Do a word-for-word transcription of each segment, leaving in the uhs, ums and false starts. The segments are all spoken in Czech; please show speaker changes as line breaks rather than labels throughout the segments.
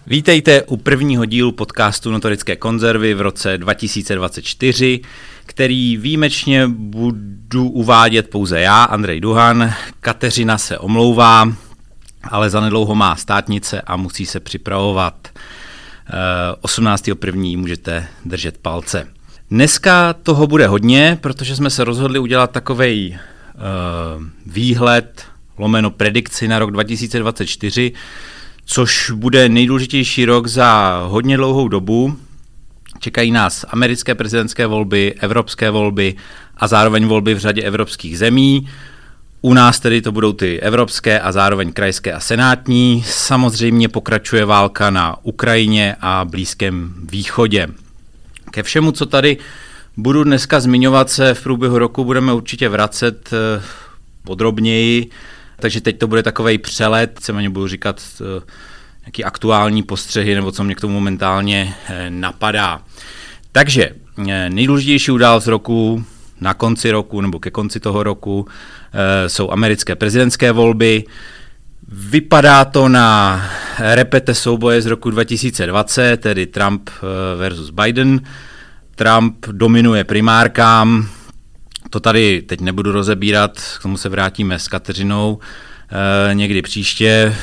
Vítejte u prvního dílu podcastu Notorické konzervy v roce dva tisíce dvacet čtyři, který výjimečně budu uvádět pouze já, Andrej Duhan. Kateřina se omlouvá, ale zanedlouho má státnice a musí se připravovat. osmnáctého prvního můžete držet palce. Dneska toho bude hodně, protože jsme se rozhodli udělat takovej uh, výhled, lomeno predikci na rok dva tisíce dvacet čtyři, což bude nejdůležitější rok za hodně dlouhou dobu. Čekají nás americké prezidentské volby, evropské volby a zároveň volby v řadě evropských zemí. U nás tedy to budou ty evropské a zároveň krajské a senátní. Samozřejmě pokračuje válka na Ukrajině a Blízkém východě. Ke všemu, co tady budu dneska zmiňovat, se v průběhu roku budeme určitě vracet podrobněji, takže teď to bude takovej přelet, víceméně budu říkat nějaký aktuální postřehy, nebo co mě k tomu momentálně napadá. Takže nejdůležitější událost roku, na konci roku nebo ke konci toho roku jsou americké prezidentské volby. Vypadá to na repete souboje z roku dva tisíce dvacet, tedy Trump versus Biden. Trump dominuje primárkám, to tady teď nebudu rozebírat, k tomu se vrátíme s Kateřinou e, někdy příště. E,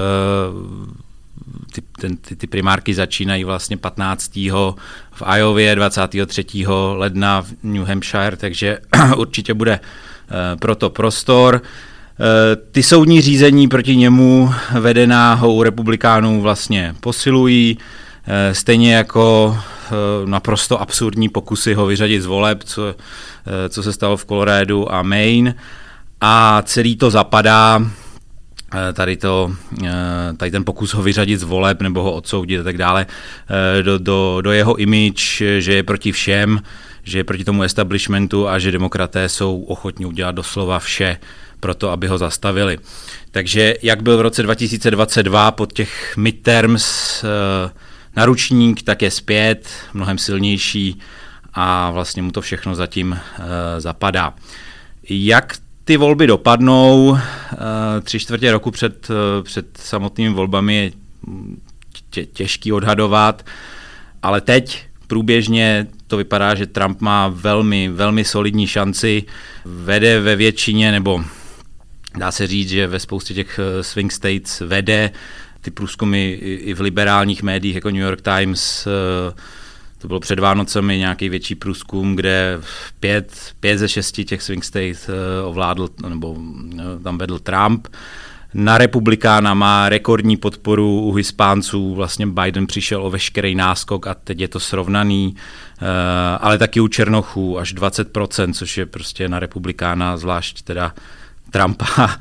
ty, ten, ty, ty primárky začínají vlastně patnáctého v Iowě, dvacátého třetího ledna v New Hampshire, takže určitě bude e, proto prostor. E, ty soudní řízení proti němu vedená u republikánů vlastně posilují, e, stejně jako naprosto absurdní pokusy ho vyřadit z voleb, co, co se stalo v Coloradu a Maine. A celý to zapadá, tady, to, tady ten pokus ho vyřadit z voleb nebo ho odsoudit a tak dále, do, do, do jeho image, že je proti všem, že je proti tomu establishmentu a že demokraté jsou ochotní udělat doslova vše pro to, aby ho zastavili. Takže jak byl v roce dva tisíce dvacet dva pod těch midterms naručník, tak je zpět, mnohem silnější a vlastně mu to všechno zatím uh, zapadá. Jak ty volby dopadnou uh, tři čtvrtě roku před, uh, před samotnými volbami je tě, těžký odhadovat, ale teď průběžně to vypadá, že Trump má velmi, velmi solidní šanci, vede ve většině, nebo dá se říct, že ve spoustě těch swing states vede. Ty průzkumy i v liberálních médiích jako New York Times, to bylo před Vánocemi nějaký větší průzkum, kde pět, pět ze šesti těch swing states ovládl, nebo tam vedl Trump. Na republikána má rekordní podporu u Hispánců, vlastně Biden přišel o veškerý náskok a teď je to srovnaný, ale taky u Černochů až dvacet procent, což je prostě na republikána, zvlášť teda Trumpa,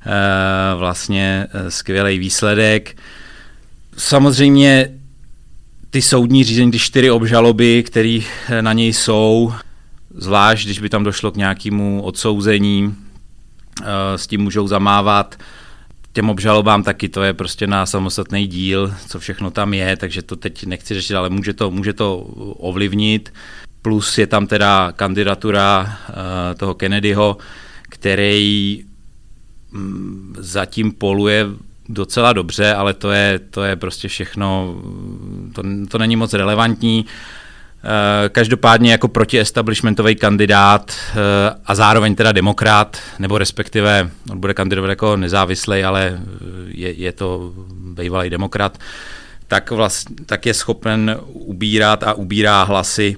vlastně skvělý výsledek. Samozřejmě ty soudní řízení, ty čtyři obžaloby, které na něj jsou, zvlášť když by tam došlo k nějakému odsouzení, s tím můžou zamávat. Těm obžalobám taky to je prostě na samostatný díl, co všechno tam je, takže to teď nechci řešit, ale může to, může to ovlivnit. Plus je tam teda kandidatura toho Kennedyho, který zatím poluje docela dobře, ale to je, to je prostě všechno, to, to není moc relevantní. Každopádně jako protiestablishmentový kandidát a zároveň teda demokrat, nebo respektive on bude kandidovat jako nezávislý, ale je, je to bývalý demokrat, tak, vlastně, tak je schopen ubírat a ubírá hlasy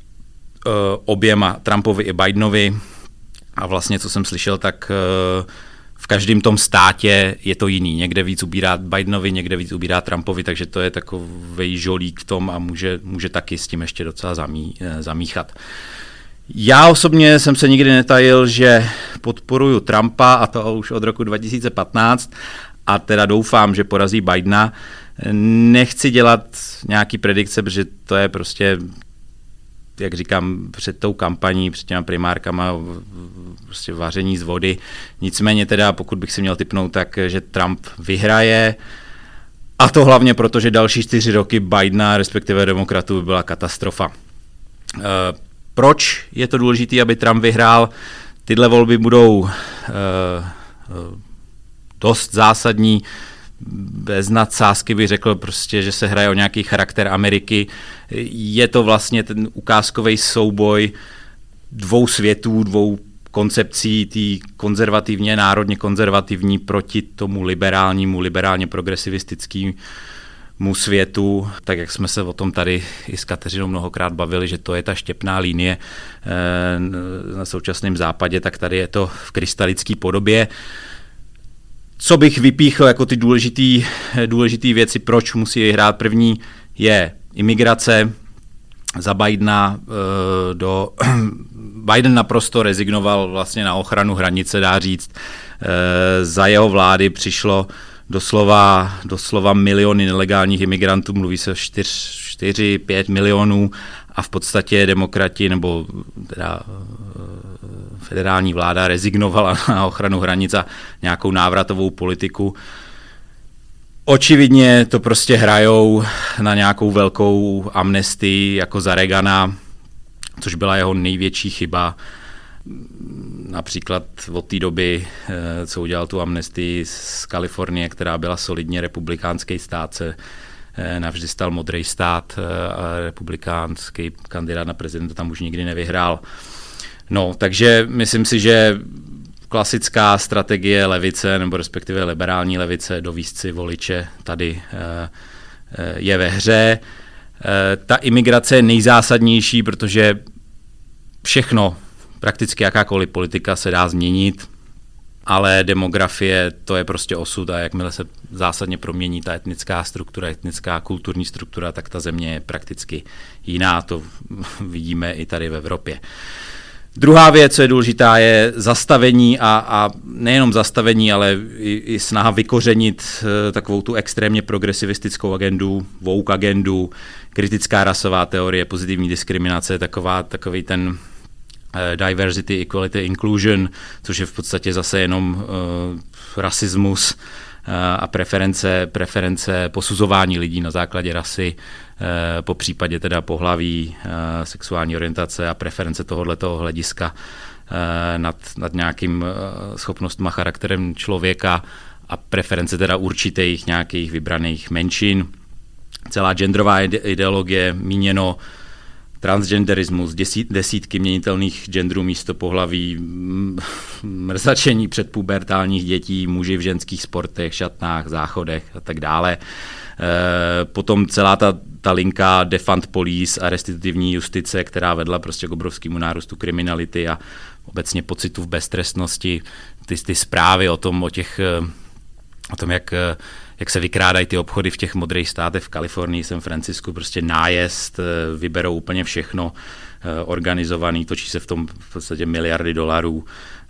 oběma, Trumpovi i Bidenovi. A vlastně, co jsem slyšel, tak v každém tom státě je to jiný. Někde víc ubírá Bidenovi, někde víc ubírá Trumpovi, takže to je takovej žolík v tom a může, může taky s tím ještě docela zamí, zamíchat. Já osobně jsem se nikdy netajil, že podporuju Trumpa, a to už od roku dva tisíce patnáct, a teda doufám, že porazí Bidena. Nechci dělat nějaký predikce, protože to je prostě, jak říkám, před tou kampaní, před těma primárkama, prostě vaření z vody. Nicméně teda, pokud bych si měl tipnout, tak, že Trump vyhraje, a to hlavně proto, že další čtyři roky Bidena, respektive demokratů, by byla katastrofa. E, proč je to důležité, aby Trump vyhrál? Tyhle volby budou e, dost zásadní. bez nadsázky bych řekl prostě, že se hraje o nějaký charakter Ameriky. Je to vlastně ten ukázkový souboj dvou světů, dvou koncepcí, tý konzervativně, národně konzervativní proti tomu liberálnímu, liberálně progresivistickému světu, tak jak jsme se o tom tady i s Kateřinou mnohokrát bavili, že to je ta štěpná linie na současném západě, tak tady je to v krystalické podobě. Co bych vypíchl jako ty důležitý, důležitý věci, proč musí vyhrát? První je imigrace. Za Bidena do... Biden naprosto rezignoval vlastně na ochranu hranice, dá říct. Za jeho vlády přišlo doslova, doslova miliony nelegálních imigrantů, mluví se o čtyři pět milionů a v podstatě demokrati nebo teda federální vláda rezignovala na ochranu hranic a nějakou návratovou politiku. Očividně to prostě hrajou na nějakou velkou amnestii jako za Reagana, což byla jeho největší chyba. Například od té doby, co udělal tu amnestii z Kalifornie, která byla solidně republikánský stát, se navždy stal modrý stát a republikánský kandidát na prezidenta tam už nikdy nevyhrál. No, takže myslím si, že klasická strategie levice, nebo respektive liberální levice, dovízt si voliče tady je ve hře. Ta imigrace je nejzásadnější, protože všechno, prakticky jakákoliv politika se dá změnit, ale demografie, to je prostě osud a jakmile se zásadně promění ta etnická struktura, etnická kulturní struktura, tak ta země je prakticky jiná, to vidíme i tady v Evropě. Druhá věc, co je důležitá, je zastavení a, a nejenom zastavení, ale i, i snaha vykořenit uh, takovou tu extrémně progresivistickou agendu, woke agendu, kritická rasová teorie, pozitivní diskriminace, taková, takový ten uh, diversity, equality, inclusion, což je v podstatě zase jenom uh, rasismus uh, a preference, preference posuzování lidí na základě rasy, po případě teda pohlaví, sexuální orientace a preference tohoto hlediska nad, nad nějakým schopnostma, charakterem člověka a preference teda určitých nějakých vybraných menšin. Celá genderová ideologie, míněno transgenderismus, desítky měnitelných genderů místo pohlaví, mrzačení předpubertálních dětí, muži v ženských sportech, šatnách, záchodech a tak dále. Potom celá ta, ta linka defund police a restitutivní justice, která vedla prostě k obrovskému nárůstu kriminality a obecně pocitu v beztrestnosti. Ty, ty zprávy o tom, o těch, o tom jak, jak se vykrádají ty obchody v těch modrých státech v Kalifornii, San Francisku, prostě nájezd, vyberou úplně všechno organizovaný, točí se v tom v podstatě miliardy dolarů.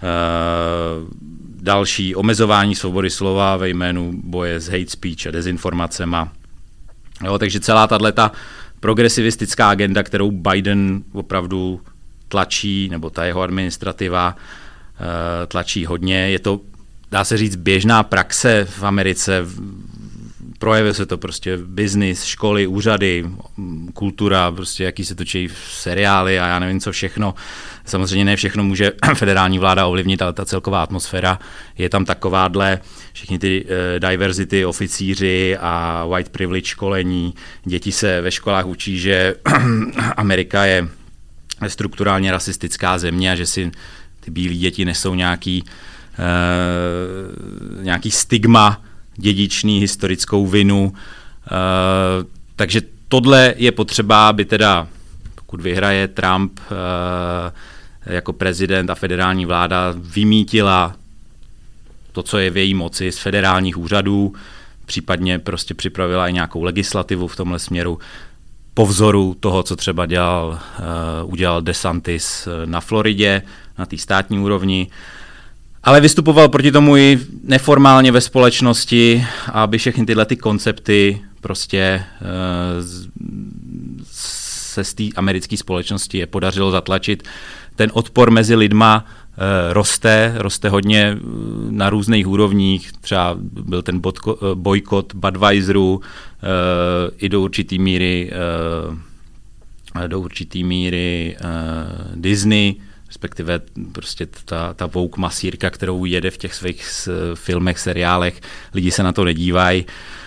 Další omezování svobody slova ve jménu boje s hate speech a dezinformacema. Jo, takže celá tato progresivistická agenda, kterou Biden opravdu tlačí, nebo ta jeho administrativa tlačí hodně, je to, dá se říct, běžná praxe v Americe. Projevuje se to prostě biznis, školy, úřady, kultura, prostě jaký se točí seriály a já nevím co všechno. Samozřejmě ne všechno může federální vláda ovlivnit, ale ta celková atmosféra je tam takováhle. Všichni ty uh, diversity, oficíři a white privilege školení. Děti se ve školách učí, že Amerika je strukturálně rasistická země a že si ty bílí děti nesou nějaký, uh, nějaký stigma, dědičný, historickou vinu. Uh, takže tohle je potřeba, aby teda, pokud vyhraje Trump uh, jako prezident a federální vláda, vymítila to, co je v její moci z federálních úřadů, případně prostě připravila i nějakou legislativu v tomhle směru, po vzoru toho, co třeba dělal, uh, udělal DeSantis na Floridě, na té státní úrovni. Ale vystupoval proti tomu i neformálně ve společnosti, aby všechny tyhle ty koncepty prostě se z té americké společnosti je podařilo zatlačit. Ten odpor mezi lidma roste, roste hodně na různých úrovních, třeba byl ten bojkot Budweiseru i do určitý míry, do určitý míry Disney, respektive prostě ta, ta woke masírka, kterou jede v těch svých filmech, seriálech, lidi se na to nedívají.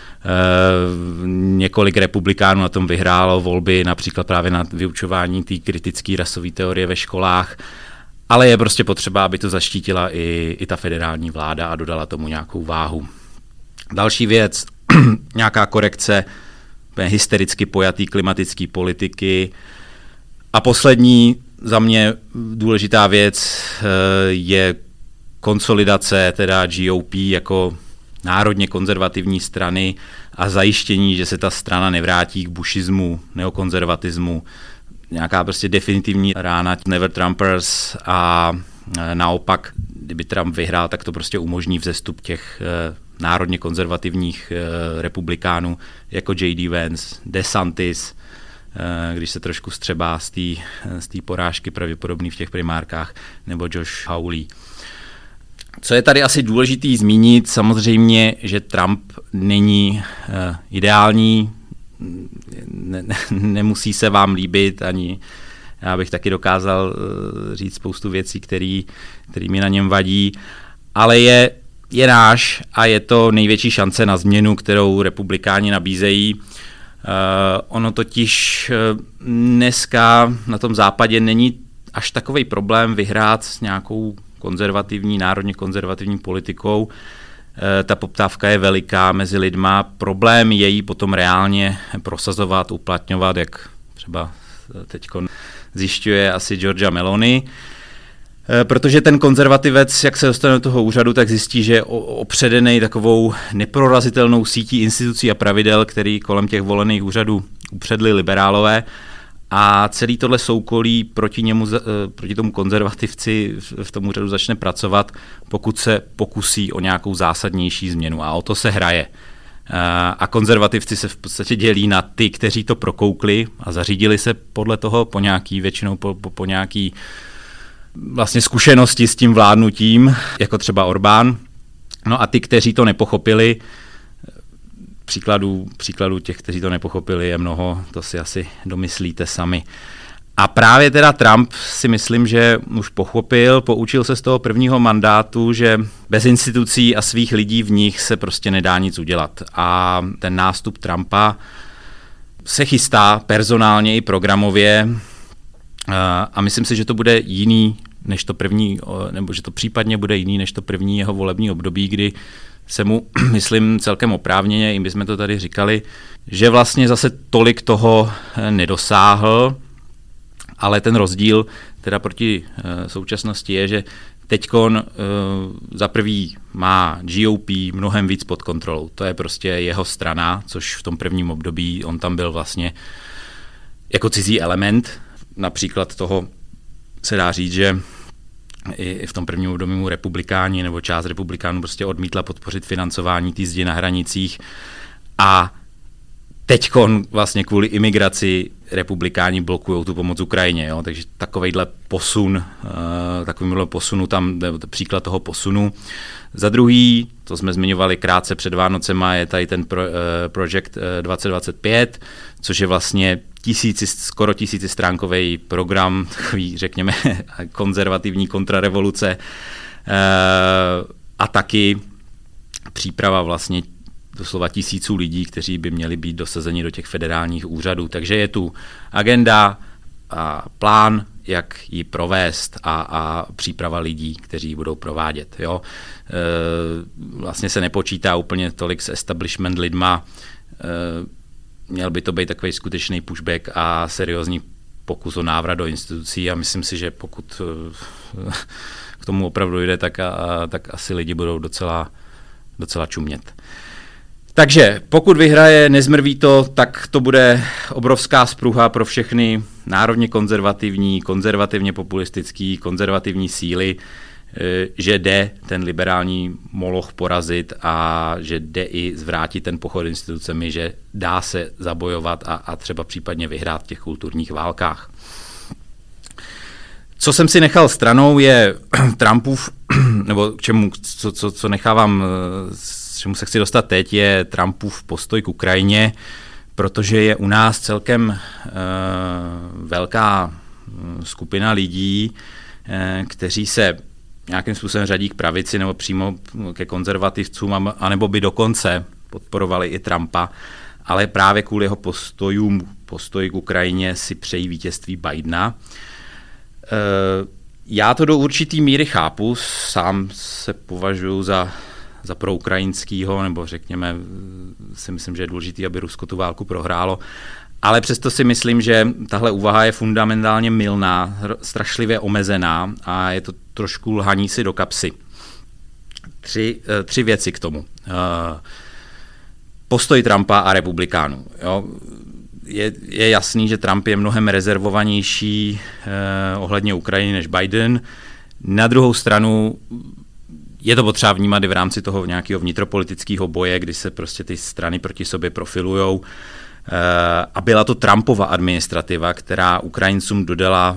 Uh, několik republikánů na tom vyhrálo volby, například právě na vyučování té kritické rasové teorie ve školách, ale je prostě potřeba, aby to zaštítila i, i ta federální vláda a dodala tomu nějakou váhu. Další věc, nějaká korekce hystericky pojatý klimatické politiky. A poslední za mě důležitá věc je konsolidace teda G O P jako národně konzervativní strany a zajištění, že se ta strana nevrátí k bušismu, neokonzervatismu, nějaká prostě definitivní rána Never Trumpers a naopak, kdyby Trump vyhrál, tak to prostě umožní vzestup těch národně konzervativních republikánů jako J D Vance, DeSantis, když se trošku střebá z té z té porážky pravděpodobný v těch primárkách, nebo Josh Hawley. Co je tady asi důležitý zmínit, samozřejmě, že Trump není uh, ideální, ne, ne, nemusí se vám líbit, ani já bych taky dokázal uh, říct spoustu věcí, který, který mi na něm vadí, ale je, je náš a je to největší šance na změnu, kterou republikáni nabízejí. Uh, ono totiž uh, dneska na tom západě není až takovej problém vyhrát s nějakou konzervativní, národně konzervativní politikou. E, ta poptávka je veliká mezi lidma. Problém je ji potom reálně prosazovat, uplatňovat, jak třeba teď zjišťuje asi Giorgia Meloni. E, protože ten konzervativec, jak se dostane do toho úřadu, tak zjistí, že je opředený takovou neprorazitelnou sítí institucí a pravidel, který kolem těch volených úřadů upředli liberálové. A celý tohle soukolí proti němu, proti tomu konzervativci v tom úřadu začne pracovat, pokud se pokusí o nějakou zásadnější změnu. A o to se hraje. A konzervativci se v podstatě dělí na ty, kteří to prokoukli a zařídili se podle toho po nějaký, většinou po, po, po nějaký vlastně zkušenosti s tím vládnutím, jako třeba Orbán. No a ty, kteří to nepochopili, Příkladů, příkladů těch, kteří to nepochopili, je mnoho, to si asi domyslíte sami. A právě teda Trump si myslím, že už pochopil, poučil se z toho prvního mandátu, že bez institucí a svých lidí v nich se prostě nedá nic udělat. A ten nástup Trumpa se chystá personálně i programově a myslím si, že to bude jiný než to první, nebo že to případně bude jiný než to první jeho volební období, kdy se mu, myslím, celkem oprávněně, i my jsme to tady říkali, že vlastně zase tolik toho nedosáhl, ale ten rozdíl teda proti uh, současnosti je, že teďkon uh, za prvý má G O P mnohem víc pod kontrolou. To je prostě jeho strana, což v tom prvním období on tam byl vlastně jako cizí element. Například toho se dá říct, že i v tom prvním období mu republikáni nebo část republikánů prostě odmítla podpořit financování té zdi na hranicích a teďkon vlastně kvůli imigraci republikáni blokují tu pomoc Ukrajině, jo? Takže takovejhle posun, uh, takovýmhle posunu tam, příklad toho posunu. Za druhý, to jsme zmiňovali krátce před Vánocema, je tady ten pro, uh, Project uh, dvacet dvacet pět, což je vlastně tisíci, skoro tisícistránkový program, takový, řekněme, konzervativní kontrarevoluce uh, a taky příprava vlastně doslova tisíců lidí, kteří by měli být dosazeni do těch federálních úřadů. Takže je tu agenda a plán, jak ji provést a, a příprava lidí, kteří ji budou provádět. Jo? E, vlastně se nepočítá úplně tolik s establishment lidma. E, měl by to být takový skutečný pushback a seriózní pokus o návrat do institucí a myslím si, že pokud k tomu opravdu jde, tak, a, tak asi lidi budou docela, docela čumět. Takže pokud vyhraje, nezmrví to, tak to bude obrovská spruha pro všechny národně konzervativní, konzervativně populistický, konzervativní síly, že jde ten liberální moloch porazit a že jde i zvrátit ten pochod institucemi, že dá se zabojovat a, a třeba případně vyhrát v těch kulturních válkách. Co jsem si nechal stranou je Trumpův, nebo k čemu, co, co, co nechávám, čemu se chci dostat teď, je Trumpův postoj k Ukrajině, protože je u nás celkem uh, velká skupina lidí, kteří se nějakým způsobem řadí k pravici nebo přímo ke konzervativcům, anebo by dokonce podporovali i Trumpa, ale právě kvůli jeho postojům, postoji k Ukrajině si přejí vítězství Bidena. Já to do určitý míry chápu, sám se považuji za, za proukrajinskýho, nebo řekněme, si myslím, že je důležité, aby Rusko tu válku prohrálo, ale přesto si myslím, že tahle úvaha je fundamentálně mylná, strašlivě omezená a je to trošku lhaní si do kapsy. Tři, tři věci k tomu. Postoj Trumpa a republikánů. Jo. Je, je jasný, že Trump je mnohem rezervovanější eh, ohledně Ukrajiny než Biden. Na druhou stranu je to potřeba vnímat i v rámci toho nějakého vnitropolitického boje, kdy se prostě ty strany proti sobě profilujou. Eh, a byla to Trumpova administrativa, která Ukrajincům dodala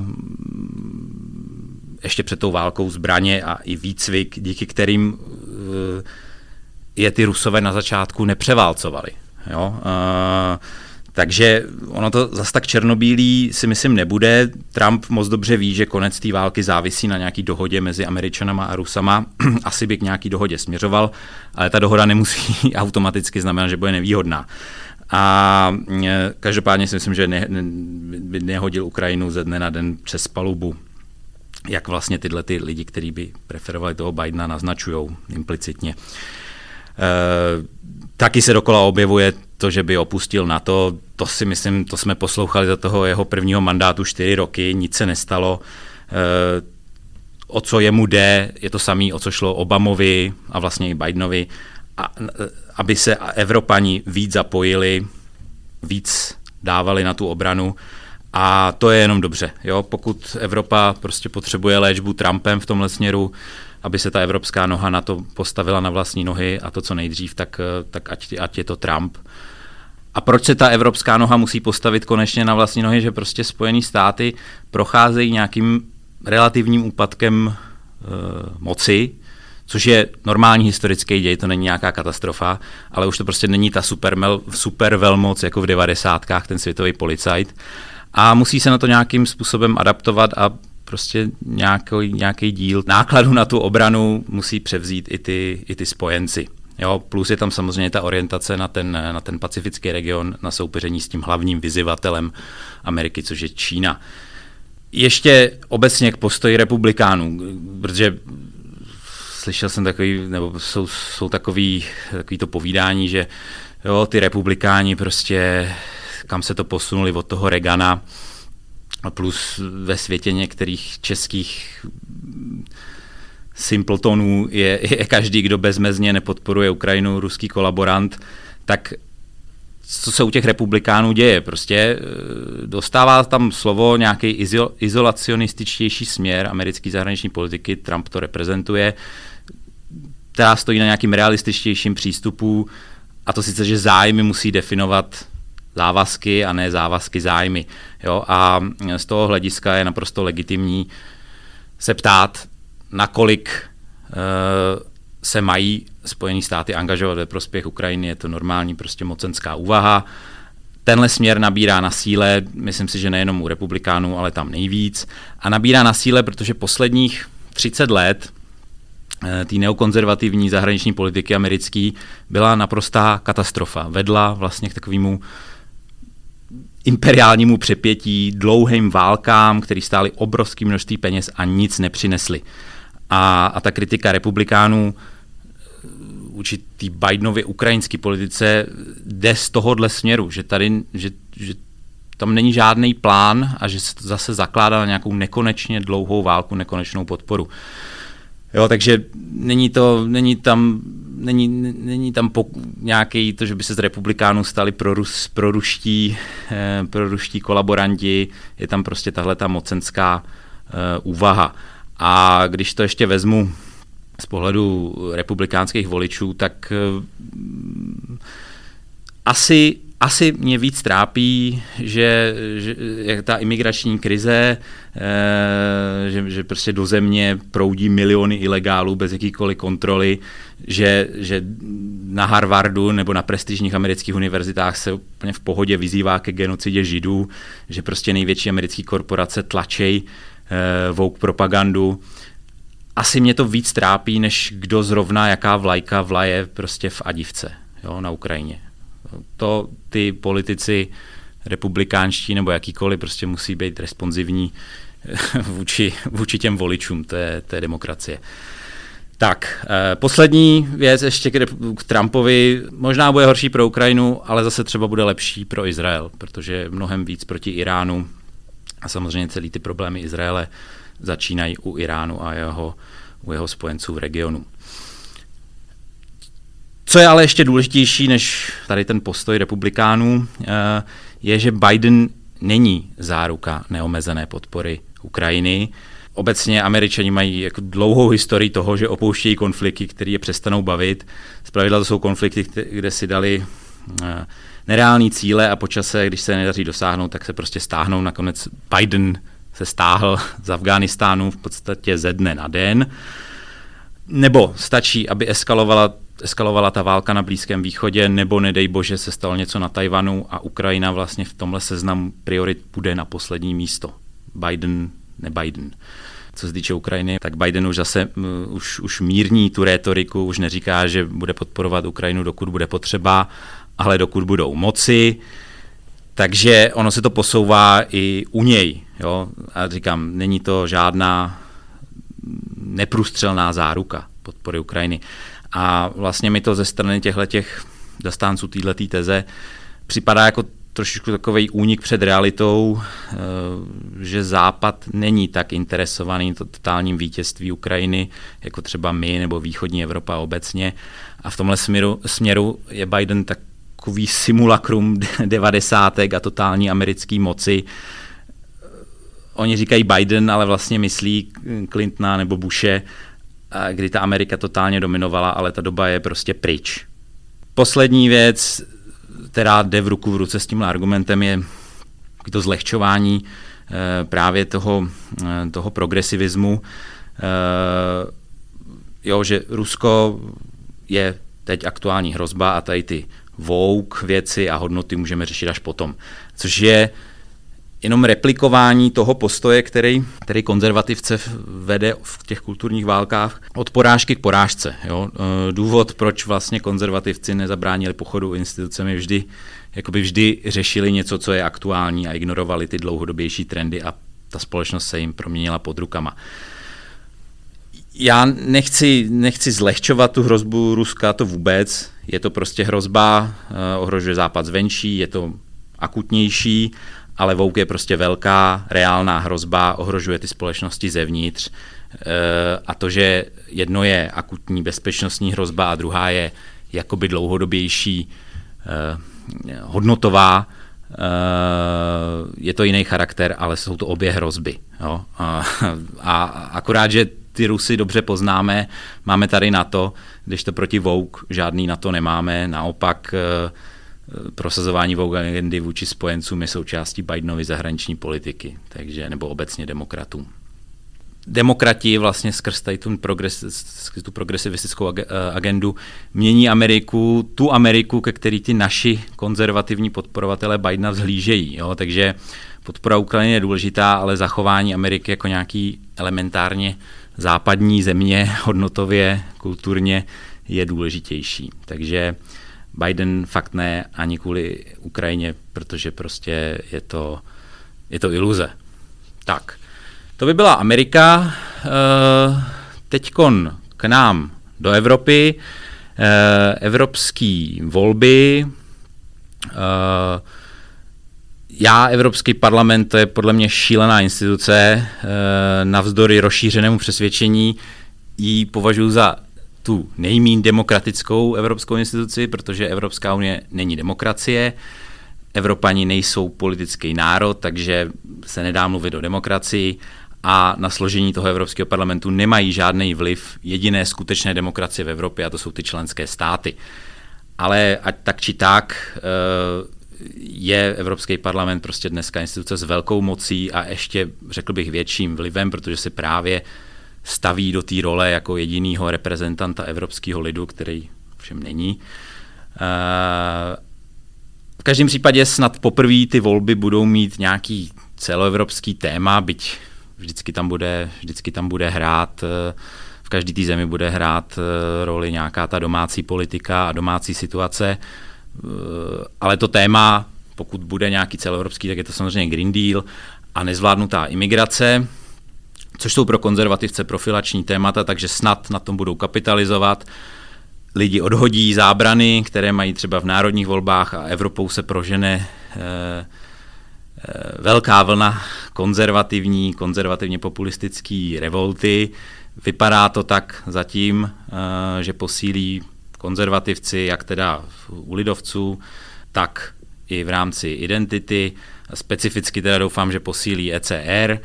ještě před tou válkou zbraně a i výcvik, díky kterým eh, je ty Rusové na začátku nepřeválcovali. Jo? Eh, Takže ono to zas tak černobílý si myslím nebude. Trump moc dobře ví, že konec té války závisí na nějaký dohodě mezi Američanama a Rusama. Asi by k nějaký dohodě směřoval, ale ta dohoda nemusí automaticky znamenat, že bude nevýhodná. A každopádně si myslím, že ne, ne, by nehodil Ukrajinu ze dne na den přes palubu, jak vlastně tyhle ty lidi, kteří by preferovali toho Bidena, naznačujou implicitně. E, taky se dokola objevuje to, že by opustil NATO, to si myslím, to jsme poslouchali za toho jeho prvního mandátu čtyři roky, nic se nestalo. E, o co jemu jde, je to samé, o co šlo Obamovi a vlastně i Bidenovi, a, aby se Evropani víc zapojili, víc dávali na tu obranu. A to je jenom dobře. Jo? Pokud Evropa prostě potřebuje léčbu Trumpem v tomhle směru, aby se ta evropská noha na to postavila na vlastní nohy a to co nejdřív, tak, tak ať, ať je to Trump. A proč se ta evropská noha musí postavit konečně na vlastní nohy, že prostě Spojené státy procházejí nějakým relativním úpadkem e, moci, což je normální historický děj, to není nějaká katastrofa, ale už to prostě není ta super, super velmoc jako v devadesátkách, ten světový policajt. A musí se na to nějakým způsobem adaptovat a prostě nějaký, nějaký díl nákladu na tu obranu musí převzít i ty, i ty spojenci. Jo, plus je tam samozřejmě ta orientace na ten, na ten pacifický region, na soupeření s tím hlavním vyzývatelem Ameriky, což je Čína. Ještě obecně k postoji republikánů, protože slyšel jsem takový, nebo jsou, jsou takový, takový to povídání, že jo, ty republikáni prostě, kam se to posunuli od toho Reagana, plus ve světě některých českých simpletonů je, je každý, kdo bezmezně nepodporuje Ukrajinu, ruský kolaborant, tak co se u těch republikánů děje? Prostě dostává tam slovo nějaký izo, izolacionističtější směr americké zahraniční politiky, Trump to reprezentuje, která stojí na nějakým realističtějším přístupu, a to sice, že zájmy musí definovat závazky a ne závazky zájmy. Jo? A z toho hlediska je naprosto legitimní se ptát, nakolik uh, se mají Spojené státy angažovat ve prospěch Ukrajiny. Je to normální prostě mocenská úvaha. Tenhle směr nabírá na síle, myslím si, že nejenom u republikánů, ale tam nejvíc. A nabírá na síle, protože posledních třicet let té neokonzervativní zahraniční politiky americký byla naprostá katastrofa. Vedla vlastně k takovému imperiálnímu přepětí, dlouhým válkám, které stály obrovské množství peněz a nic nepřinesly. A, a ta kritika republikánů vůči té Bidenově ukrajinské politice jde z tohohle směru, že tady, že, že tam není žádný plán a že se zase zakládá na nějakou nekonečně dlouhou válku, nekonečnou podporu. Jo, takže není to, není tam, není, není tam po, nějaký to, že by se z republikánů stali prorus, proruští, eh, proruští kolaboranti, je tam prostě tahle ta mocenská eh, úvaha. A když to ještě vezmu z pohledu republikánských voličů, tak eh, asi Asi mě víc trápí, že, že jak ta imigrační krize, e, že, že prostě do země proudí miliony ilegálů bez jakýkoliv kontroly, že, že na Harvardu nebo na prestižních amerických univerzitách se úplně v pohodě vyzývá ke genocidě Židů, že prostě největší americké korporace tlačej woke propagandu. Asi mě to víc trápí, než kdo zrovna jaká vlajka vlaje prostě v Adivce, jo, na Ukrajině. To ty politici republikánští nebo jakýkoliv prostě musí být responsivní vůči, vůči těm voličům, to je, to je demokracie. Tak, eh, poslední věc ještě k, k Trumpovi. Možná bude horší pro Ukrajinu, ale zase třeba bude lepší pro Izrael, protože mnohem víc proti Iránu a samozřejmě celý ty problémy Izraele začínají u Iránu a jeho, u jeho spojenců v regionu. Co je ale ještě důležitější než tady ten postoj republikánů, eh, je, že Biden není záruka neomezené podpory Ukrajiny. Obecně Američani mají jako dlouhou historii toho, že opouštějí konflikty, které je přestanou bavit. Zpravidla to jsou konflikty, kde si dali nereální cíle a po čase, když se nedaří dosáhnout, tak se prostě stáhnou. Nakonec Biden se stáhl z Afghánistánu v podstatě ze dne na den. Nebo stačí, aby eskalovala, eskalovala ta válka na Blízkém východě, nebo nedej bože se stalo něco na Tajvanu a Ukrajina vlastně v tomhle seznamu priorit půjde na poslední místo. Biden, ne Biden. Co se týče Ukrajiny, tak Biden už zase uh, už, už mírní tu rétoriku, už neříká, že bude podporovat Ukrajinu, dokud bude potřeba, ale dokud budou moci. Takže ono se to posouvá i u něj. Jo? A říkám, není to žádná neprůstřelná záruka podpory Ukrajiny. A vlastně mi to ze strany těchto zastánců této teze připadá jako trošičku takový únik před realitou, že Západ není tak interesovaný totálním vítězství Ukrajiny, jako třeba my nebo východní Evropa obecně. A v tomhle směru, směru je Biden takový simulakrum devadesátek a totální americké moci. Oni říkají Biden, ale vlastně myslí Clintona nebo Bushe, kdy ta Amerika totálně dominovala, ale ta doba je prostě pryč. Poslední věc, která jde v ruku v ruce s tímhle argumentem, je to zlehčování e, právě toho, e, toho progresivismu. E, jo, že Rusko je teď aktuální hrozba a tady ty woke věci a hodnoty můžeme řešit až potom. Což je jenom replikování toho postoje, který, který konzervativce vede v těch kulturních válkách od porážky k porážce. Jo? Důvod, proč vlastně konzervativci nezabránili pochodu institucemi, vždy, jakoby vždy řešili něco, co je aktuální a ignorovali ty dlouhodobější trendy a ta společnost se jim proměnila pod rukama. Já nechci, nechci zlehčovat tu hrozbu Ruska, to vůbec. Je to prostě hrozba, ohrožuje Západ zvenčí, je to akutnější, ale woke je prostě velká, reálná hrozba, ohrožuje ty společnosti zevnitř. A to, že jedno je akutní bezpečnostní hrozba a druhá je jakoby dlouhodobější hodnotová, je to jiný charakter, ale jsou to obě hrozby. Jo? A akorát, že ty Rusy dobře poznáme, máme tady NATO, když to proti woke žádný NATO nemáme, naopak prosazování woke agendy vůči spojencům je součástí Bidenovy zahraniční politiky, takže, nebo obecně demokratům. Demokrati vlastně skrz tady tu, progres, skrz tu progresivistickou agendu mění Ameriku, tu Ameriku, ke který ty naši konzervativní podporovatelé Bidena vzhlížejí. Jo? Takže podpora Ukrajiny je důležitá, ale zachování Ameriky jako nějaký elementárně západní země, hodnotově, kulturně, je důležitější. Takže Biden fakt ne ani kvůli Ukrajině, protože prostě je to, je to iluze. Tak, to by byla Amerika. Teďkon k nám do Evropy. Evropské volby. Já, Evropský parlament, to je podle mě šílená instituce. Navzdory rozšířenému přesvědčení ji považuji za tu nejméně demokratickou evropskou instituci, protože Evropská unie není demokracie, Evropani nejsou politický národ, takže se nedá mluvit o demokracii a na složení toho Evropského parlamentu nemají žádný vliv jediné skutečné demokracie v Evropě a to jsou ty členské státy. Ale ať tak či tak je Evropský parlament prostě dneska instituce s velkou mocí a ještě, řekl bych, větším vlivem, protože se právě staví do té role jako jedinýho reprezentanta evropského lidu, který všem není. V každém případě snad poprvé ty volby budou mít nějaký celoevropský téma, byť vždycky tam bude, vždycky tam bude hrát, v každé té zemi bude hrát roli nějaká ta domácí politika a domácí situace, ale to téma, pokud bude nějaký celoevropský, tak je to samozřejmě Green Deal a nezvládnutá imigrace, což jsou pro konzervativce profilační témata, takže snad na tom budou kapitalizovat. Lidi odhodí zábrany, které mají třeba v národních volbách a Evropou se prožene eh, eh, velká vlna konzervativní, konzervativně populistický revolty. Vypadá to tak zatím, eh, že posílí konzervativci, jak teda u lidovců, tak i v rámci identity. Specificky teda doufám, že posílí E C R,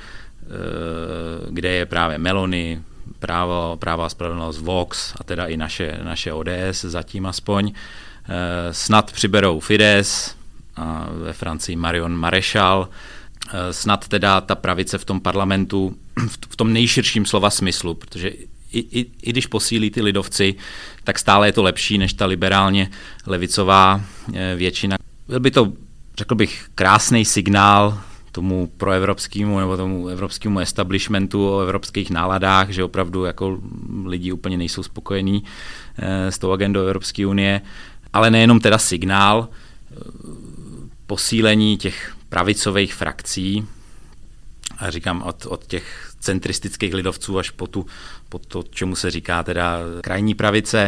kde je právě Meloni, právo, právo a spravedlnost, Vox a teda i naše, naše O D S zatím aspoň. Snad přiberou Fidesz, a ve Francii Marion Maréchal. Snad teda ta pravice v tom parlamentu, v tom nejširším slova smyslu, protože i, i, i když posílí ty lidovci, tak stále je to lepší než ta liberálně levicová většina. Byl by to, řekl bych, krásný signál tomu proevropskému nebo tomu evropskému establishmentu o evropských náladách, že opravdu jako lidi úplně nejsou spokojení s tou agendou Evropské unie, ale nejenom teda signál, posílení těch pravicových frakcí, a říkám od, od těch centristických lidovců až po, tu, po to, čemu se říká teda krajní pravice,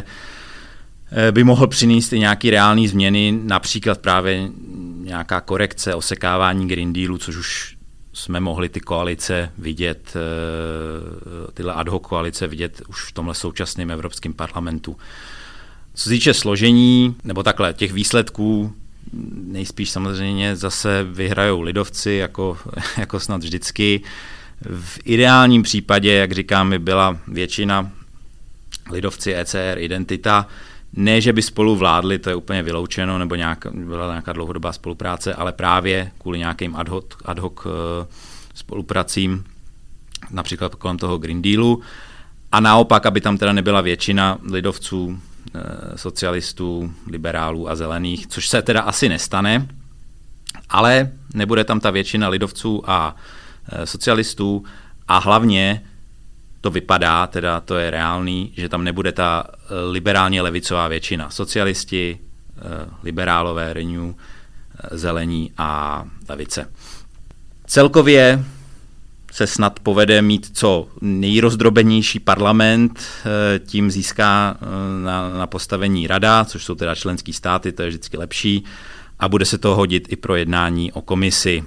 by mohl přinést i nějaké reální změny, například právě nějaká korekce, osekávání Green Dealu, což už jsme mohli ty koalice vidět, tyhle ad hoc koalice vidět už v tomhle současném Evropském parlamentu. Co se týče složení, nebo takhle, těch výsledků, nejspíš samozřejmě zase vyhrajou lidovci, jako, jako snad vždycky. V ideálním případě, jak říkám, by byla většina lidovci, E C R, identita. Ne, že by spolu vládli, to je úplně vyloučeno, nebo nějak, byla nějaká dlouhodobá spolupráce, ale právě kvůli nějakým ad hoc, ad hoc spolupracím, například kolem toho Green Dealu. A naopak, aby tam teda nebyla většina lidovců, socialistů, liberálů a zelených, což se teda asi nestane, ale nebude tam ta většina lidovců a socialistů a hlavně to vypadá, teda to je reálný, že tam nebude ta liberálně levicová většina. Socialisti, liberálové, Renew, zelení a levice. Celkově se snad povede mít co nejrozdrobenější parlament, tím získá na, na postavení rada, což jsou teda členský státy, to je vždycky lepší, a bude se to hodit i pro jednání o komisi,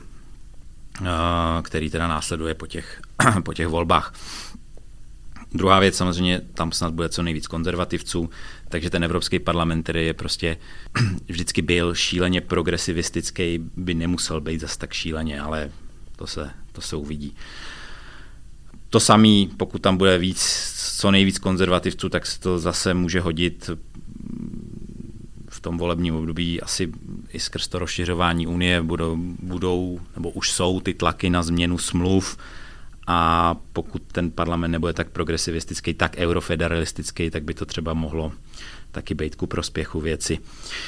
který teda následuje po těch, po těch volbách. Druhá věc, samozřejmě, tam snad bude co nejvíc konzervativců, takže ten Evropský parlament, který je prostě vždycky byl šíleně progresivistický, by nemusel být zas tak šíleně, ale to se, to se uvidí. To samé, pokud tam bude víc, co nejvíc konzervativců, tak se to zase může hodit v tom volebním období asi i skrz to rozšiřování Unie budou, budou nebo už jsou ty tlaky na změnu smluv, a pokud ten parlament nebude tak progresivistický, tak eurofederalistický, tak by to třeba mohlo taky být ku prospěchu věci.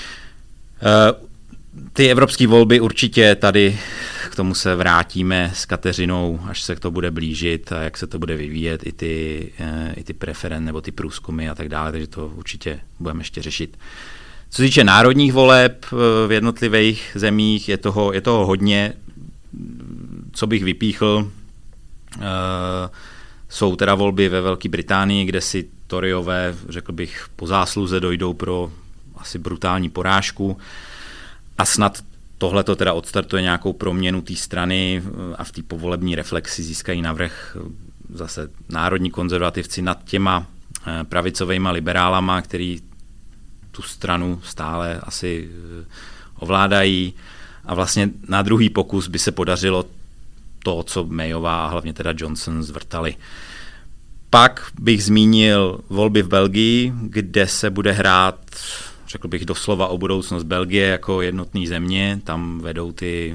Ty evropské volby určitě tady k tomu se vrátíme s Kateřinou, až se to bude blížit a jak se to bude vyvíjet, i ty, i ty preferen nebo ty průzkumy a tak dále, takže to určitě budeme ještě řešit. Co se týče národních voleb v jednotlivých zemích, je toho, je toho hodně. Co bych vypíchl, Uh, jsou teda volby ve Velké Británii, kde si Toryové, řekl bych, po zásluze dojdou pro asi brutální porážku a snad tohle to teda odstartuje nějakou proměnu té strany a v té povolební reflexi získají navrch zase národní konzervativci nad těma pravicovejma liberálama, který tu stranu stále asi ovládají, a vlastně na druhý pokus by se podařilo to, co Mayová a hlavně teda Johnson zvrtali. Pak bych zmínil volby v Belgii, kde se bude hrát, řekl bych, doslova o budoucnost Belgie jako jednotné země. Tam vedou ty,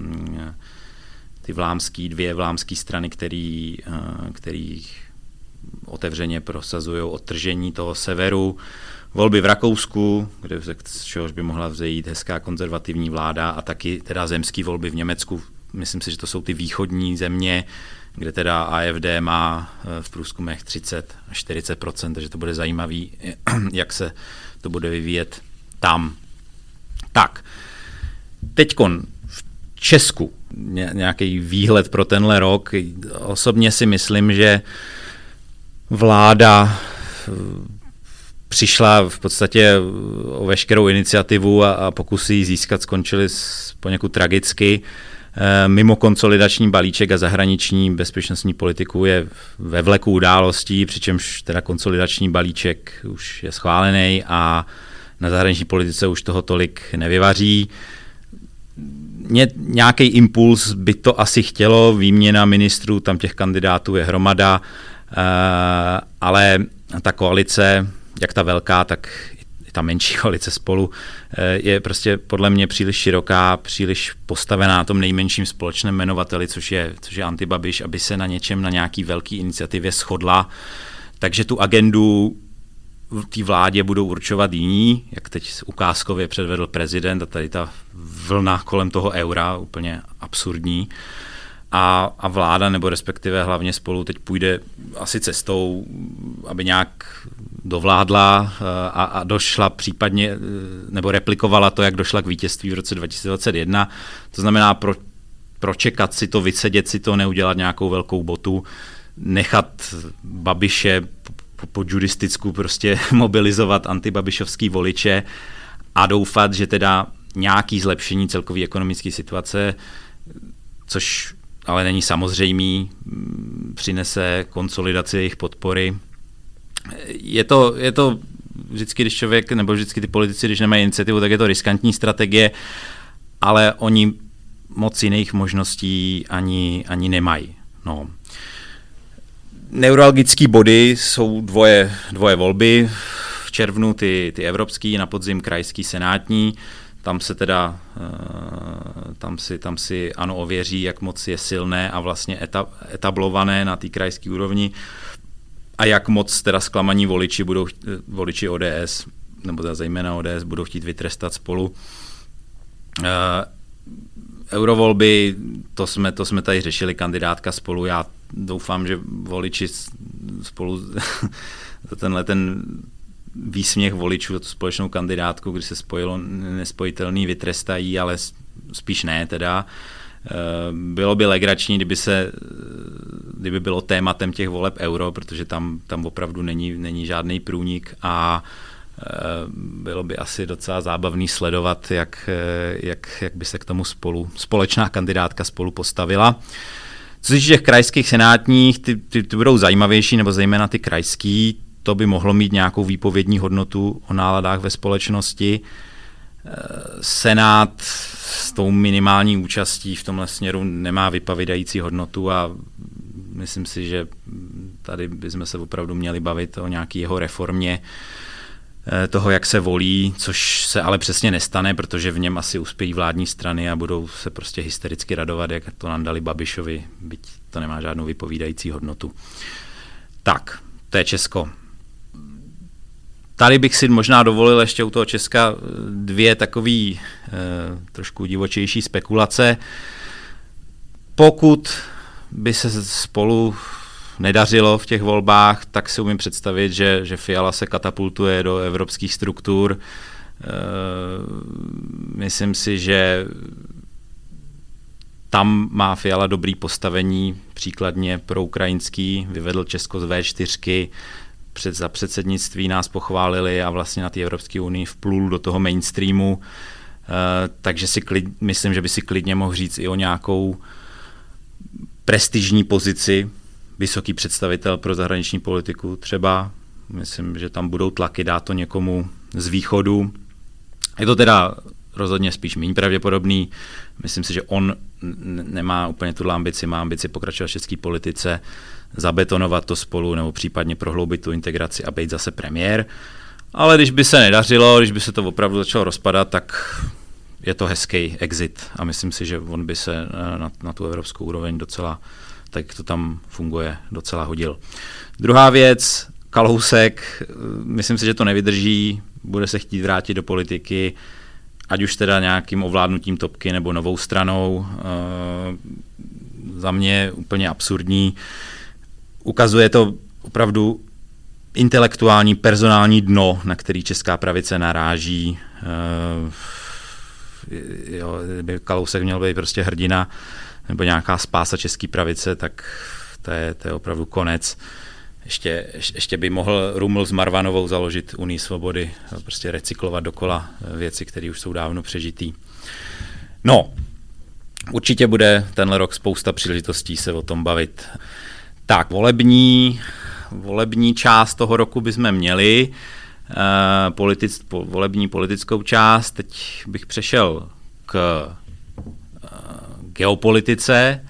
ty vlámský, dvě vlámské strany, který, který otevřeně prosazují odtržení toho severu. Volby v Rakousku, kde z čehož by mohla vzejít hezká konzervativní vláda, a taky teda zemský volby v Německu, myslím si, že to jsou ty východní země, kde teda A F D má v průzkumech třicet až čtyřicet procent, takže to bude zajímavý, jak se to bude vyvíjet tam. Tak, teďkon v Česku nějaký výhled pro tenhle rok. Osobně si myslím, že vláda přišla v podstatě o veškerou iniciativu a, a pokusy ji získat skončily poněkud tragicky. Mimo konsolidační balíček a zahraniční bezpečnostní politiku je ve vleku událostí, přičemž teda konsolidační balíček už je schválený a na zahraniční politice už toho tolik nevyvaří. Ně, nějaký impuls by to asi chtělo, výměna ministrů, tam těch kandidátů je hromada, ale ta koalice, jak ta velká, tak i ta menší koalice Spolu, je prostě podle mě příliš široká, příliš postavená na tom nejmenším společném jmenovateli, což je, což je Antibabiš, aby se na něčem, na nějaký velký iniciativě shodla. Takže tu agendu v té vládě budou určovat jiní, jak teď ukázkově předvedl prezident a tady ta vlna kolem toho eura, úplně absurdní. A, a vláda, nebo respektive hlavně Spolu teď půjde asi cestou, aby nějak dovládla a, a došla případně, nebo replikovala to, jak došla k vítězství v roce dva tisíce dvacet jedna. To znamená pro, pročekat si to, vysedět si to, neudělat nějakou velkou botu, nechat Babiše po judisticku prostě mobilizovat antibabišovský voliče a doufat, že teda nějaký zlepšení celkové ekonomické situace, což ale není samozřejmý, přinese konsolidaci jejich podpory. Je to, je to vždycky, když člověk, nebo vždycky ty politici, když nemají iniciativu, tak je to riskantní strategie, ale oni moc jiných možností ani, ani nemají. No. Neuralgické body jsou dvoje, dvoje volby. V červnu ty, ty evropský, na podzim krajský, senátní. Tam se teda, tam si, tam si ANO ověří, jak moc je silné a vlastně etablované na té krajské úrovni a jak moc teda zklamaní voliči budou, voliči O D S, nebo teda zejména O D S, budou chtít vytrestat Spolu. Eurovolby, to jsme, to jsme tady řešili, kandidátka Spolu, já doufám, že voliči Spolu za tenhle ten výsměch voličů za tu společnou kandidátku, kdy se spojilo nespojitelný, vytrestají, ale spíš ne teda. Bylo by legrační, kdyby, se, kdyby bylo tématem těch voleb euro, protože tam, tam opravdu není, není žádný průnik a bylo by asi docela zábavný sledovat, jak, jak, jak by se k tomu Spolu, společná kandidátka Spolu postavila. Co se týče těch krajských senátních, ty, ty, ty budou zajímavější, nebo zejména ty krajský, to by mohlo mít nějakou výpovědní hodnotu o náladách ve společnosti. Senát s tou minimální účastí v tomhle směru nemá vypovídající hodnotu a myslím si, že tady bychom se opravdu měli bavit o nějaké jeho reformě toho, jak se volí, což se ale přesně nestane, protože v něm asi uspějí vládní strany a budou se prostě hystericky radovat, jak to nandali Babišovi, byť to nemá žádnou vypovídající hodnotu. Tak, to je Česko. Tady bych si možná dovolil ještě u toho Česka dvě takový eh, trošku divočejší spekulace. Pokud by se Spolu nedařilo v těch volbách, tak si umím představit, že, že Fiala se katapultuje do evropských struktur. E, myslím si, že tam má Fiala dobrý postavení, příkladně pro ukrajinský, vyvedl Česko z vé čtyři, před, za předsednictví nás pochválili a vlastně na té Evropské unii vplul do toho mainstreamu, e, takže si klid, myslím, že by si klidně mohl říct i o nějakou prestižní pozici, vysoký představitel pro zahraniční politiku třeba. Myslím, že tam budou tlaky, dát to někomu z východu. Je to teda rozhodně spíš méně pravděpodobný. Myslím si, že on nemá úplně tu ambici, má ambici pokračovat v české politice, zabetonovat to Spolu nebo případně prohloubit tu integraci a být zase premiér. Ale když by se nedařilo, když by se to opravdu začalo rozpadat, tak je to hezký exit a myslím si, že on by se na, na tu evropskou úroveň docela, tak to tam funguje, docela hodil. Druhá věc, Kalousek, myslím si, že to nevydrží, bude se chtít vrátit do politiky ať už teda nějakým ovládnutím topky nebo novou stranou, za mě úplně absurdní. Ukazuje to opravdu intelektuální, personální dno, na který česká pravice naráží. Jo, kdyby Kalousek měl být prostě hrdina nebo nějaká spása české pravice, tak to je, to je opravdu konec. Ještě, ještě by mohl Ruml s Marvanovou založit Unii svobody, prostě recyklovat dokola věci, které už jsou dávno přežitý. No, určitě bude tenhle rok spousta příležitostí se o tom bavit. Tak, volební, volební část toho roku bychom měli, uh, politic, po, volební politickou část. Teď bych přešel k uh, geopolitice.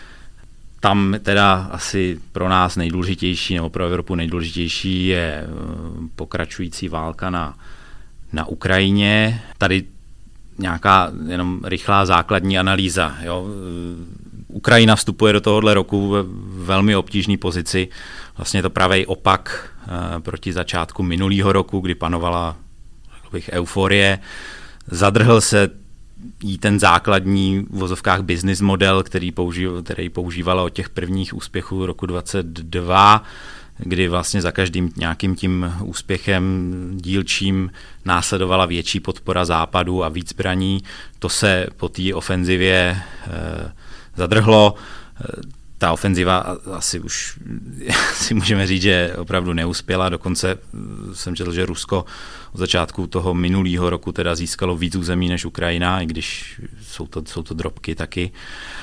Tam teda asi pro nás nejdůležitější, nebo pro Evropu nejdůležitější je pokračující válka na, na Ukrajině. Tady nějaká jenom rychlá základní analýza. Jo. Ukrajina vstupuje do tohohle roku ve velmi obtížné pozici. Vlastně to pravý opak proti začátku minulého roku, kdy panovala, řekl bych, euforie. Zadrhl se jí ten základní v vozovkách business model, který, použív, který používala od těch prvních úspěchů roku dvacet dva, kdy vlastně za každým nějakým tím úspěchem dílčím následovala větší podpora západu a víc zbraní. To se po té ofenzivě eh, zadrhlo. Ta ofenziva asi už si můžeme říct, že opravdu neuspěla. Dokonce jsem četl, že Rusko od začátku toho minulého roku teda získalo víc území než Ukrajina, i když jsou to, jsou to drobky taky.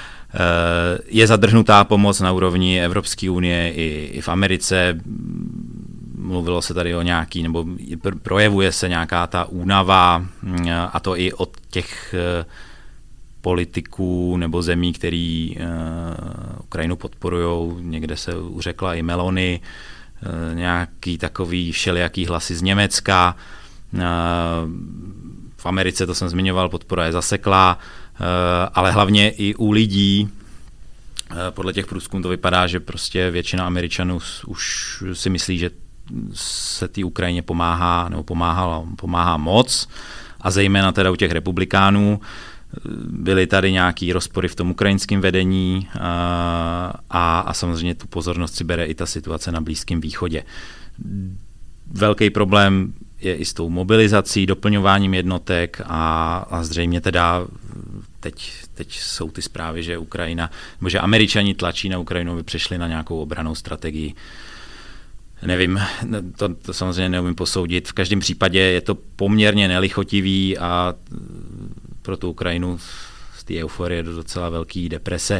Je zadrhnutá pomoc na úrovni Evropské unie i, i v Americe. Mluvilo se tady o nějaký, nebo projevuje se nějaká ta únava, a to i od těch politiků nebo zemí, který uh, Ukrajinu podporují. Někde se uřekla i Meloni, uh, nějaký takový všelijaký hlasy z Německa. Uh, v Americe, to jsem zmiňoval, podpora je zaseklá, uh, ale hlavně i u lidí. Uh, podle těch průzkumů to vypadá, že prostě většina Američanů už si myslí, že se té Ukrajině pomáhá, nebo pomáhá, pomáhá moc, a zejména teda u těch republikánů. Byly tady nějaký rozpory v tom ukrajinském vedení a, a samozřejmě tu pozornost si bere i ta situace na Blízkém východě. Velký problém je i s tou mobilizací, doplňováním jednotek a, a zřejmě teda teď, teď jsou ty zprávy, že Ukrajina, nebo že Američani tlačí na Ukrajinu, aby přešli na nějakou obrannou strategii. Nevím, to, to samozřejmě neumím posoudit. V každém případě je to poměrně nelichotivý a pro tu Ukrajinu z té euforie do docela velký deprese.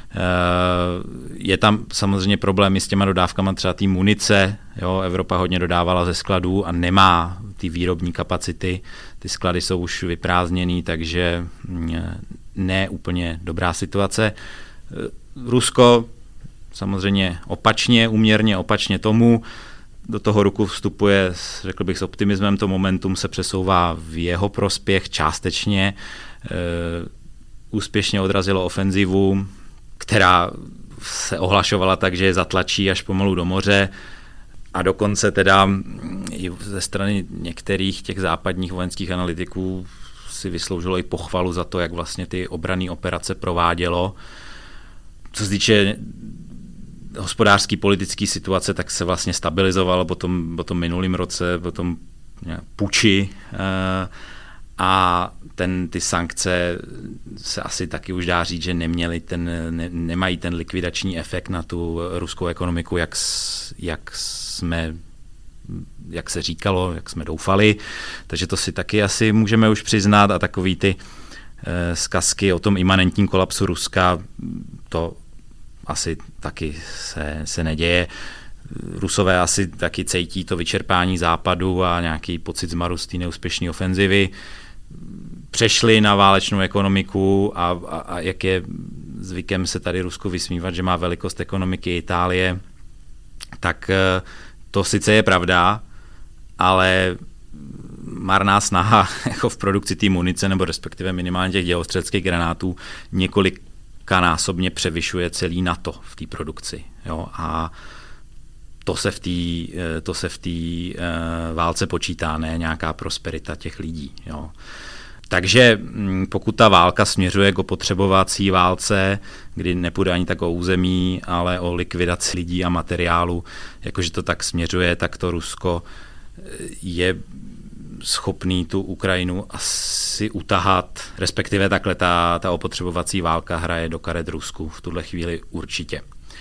Je tam samozřejmě problémy s těma dodávkama třeba té munice. Jo, Evropa hodně dodávala ze skladů a nemá ty výrobní kapacity. Ty sklady jsou už vyprázdněný, takže ne úplně dobrá situace. Rusko samozřejmě opačně, úměrně opačně tomu. Do toho roku vstupuje, řekl bych, s optimismem, to momentum se přesouvá v jeho prospěch částečně. E, úspěšně odrazilo ofenzivu, která se ohlašovala tak, že je zatlačí až pomalu do moře, a dokonce teda i ze strany některých těch západních vojenských analytiků si vysloužilo i pochvalu za to, jak vlastně ty obranné operace provádělo. Co se týče hospodářský, politický situace, tak se vlastně stabilizovalo po tom, po tom minulým roce, po tom puči, a ten, ty sankce se asi taky už dá říct, že neměli ten, ne, nemají ten likvidační efekt na tu ruskou ekonomiku, jak, jak jsme jak se říkalo, jak jsme doufali. Takže to si taky asi můžeme už přiznat, a takový ty eh, zkazky o tom imanentním kolapsu Ruska, to asi taky se, se neděje. Rusové asi taky cítí to vyčerpání západu a nějaký pocit zmaru z té neúspěšné ofenzivy. Přešli na válečnou ekonomiku a, a, a jak je zvykem se tady Rusku vysmívat, že má velikost ekonomiky Itálie, tak to sice je pravda, ale marná snaha jako v produkci té munice, nebo respektive minimálně těch dělostřeleckých granátů, několikanásobně převyšuje celý NATO v té produkci. Jo? A to se v té to se v té uh, válce počítá, ne nějaká prosperita těch lidí. Jo? Takže pokud ta válka směřuje k opotřebovací válce, kdy nepůjde ani tak o území, ale o likvidaci lidí a materiálu, jakože to tak směřuje, tak to Rusko je schopný tu Ukrajinu asi utahat, respektive takhle ta, ta opotřebovací válka hraje do karet Rusku v tuhle chvíli určitě.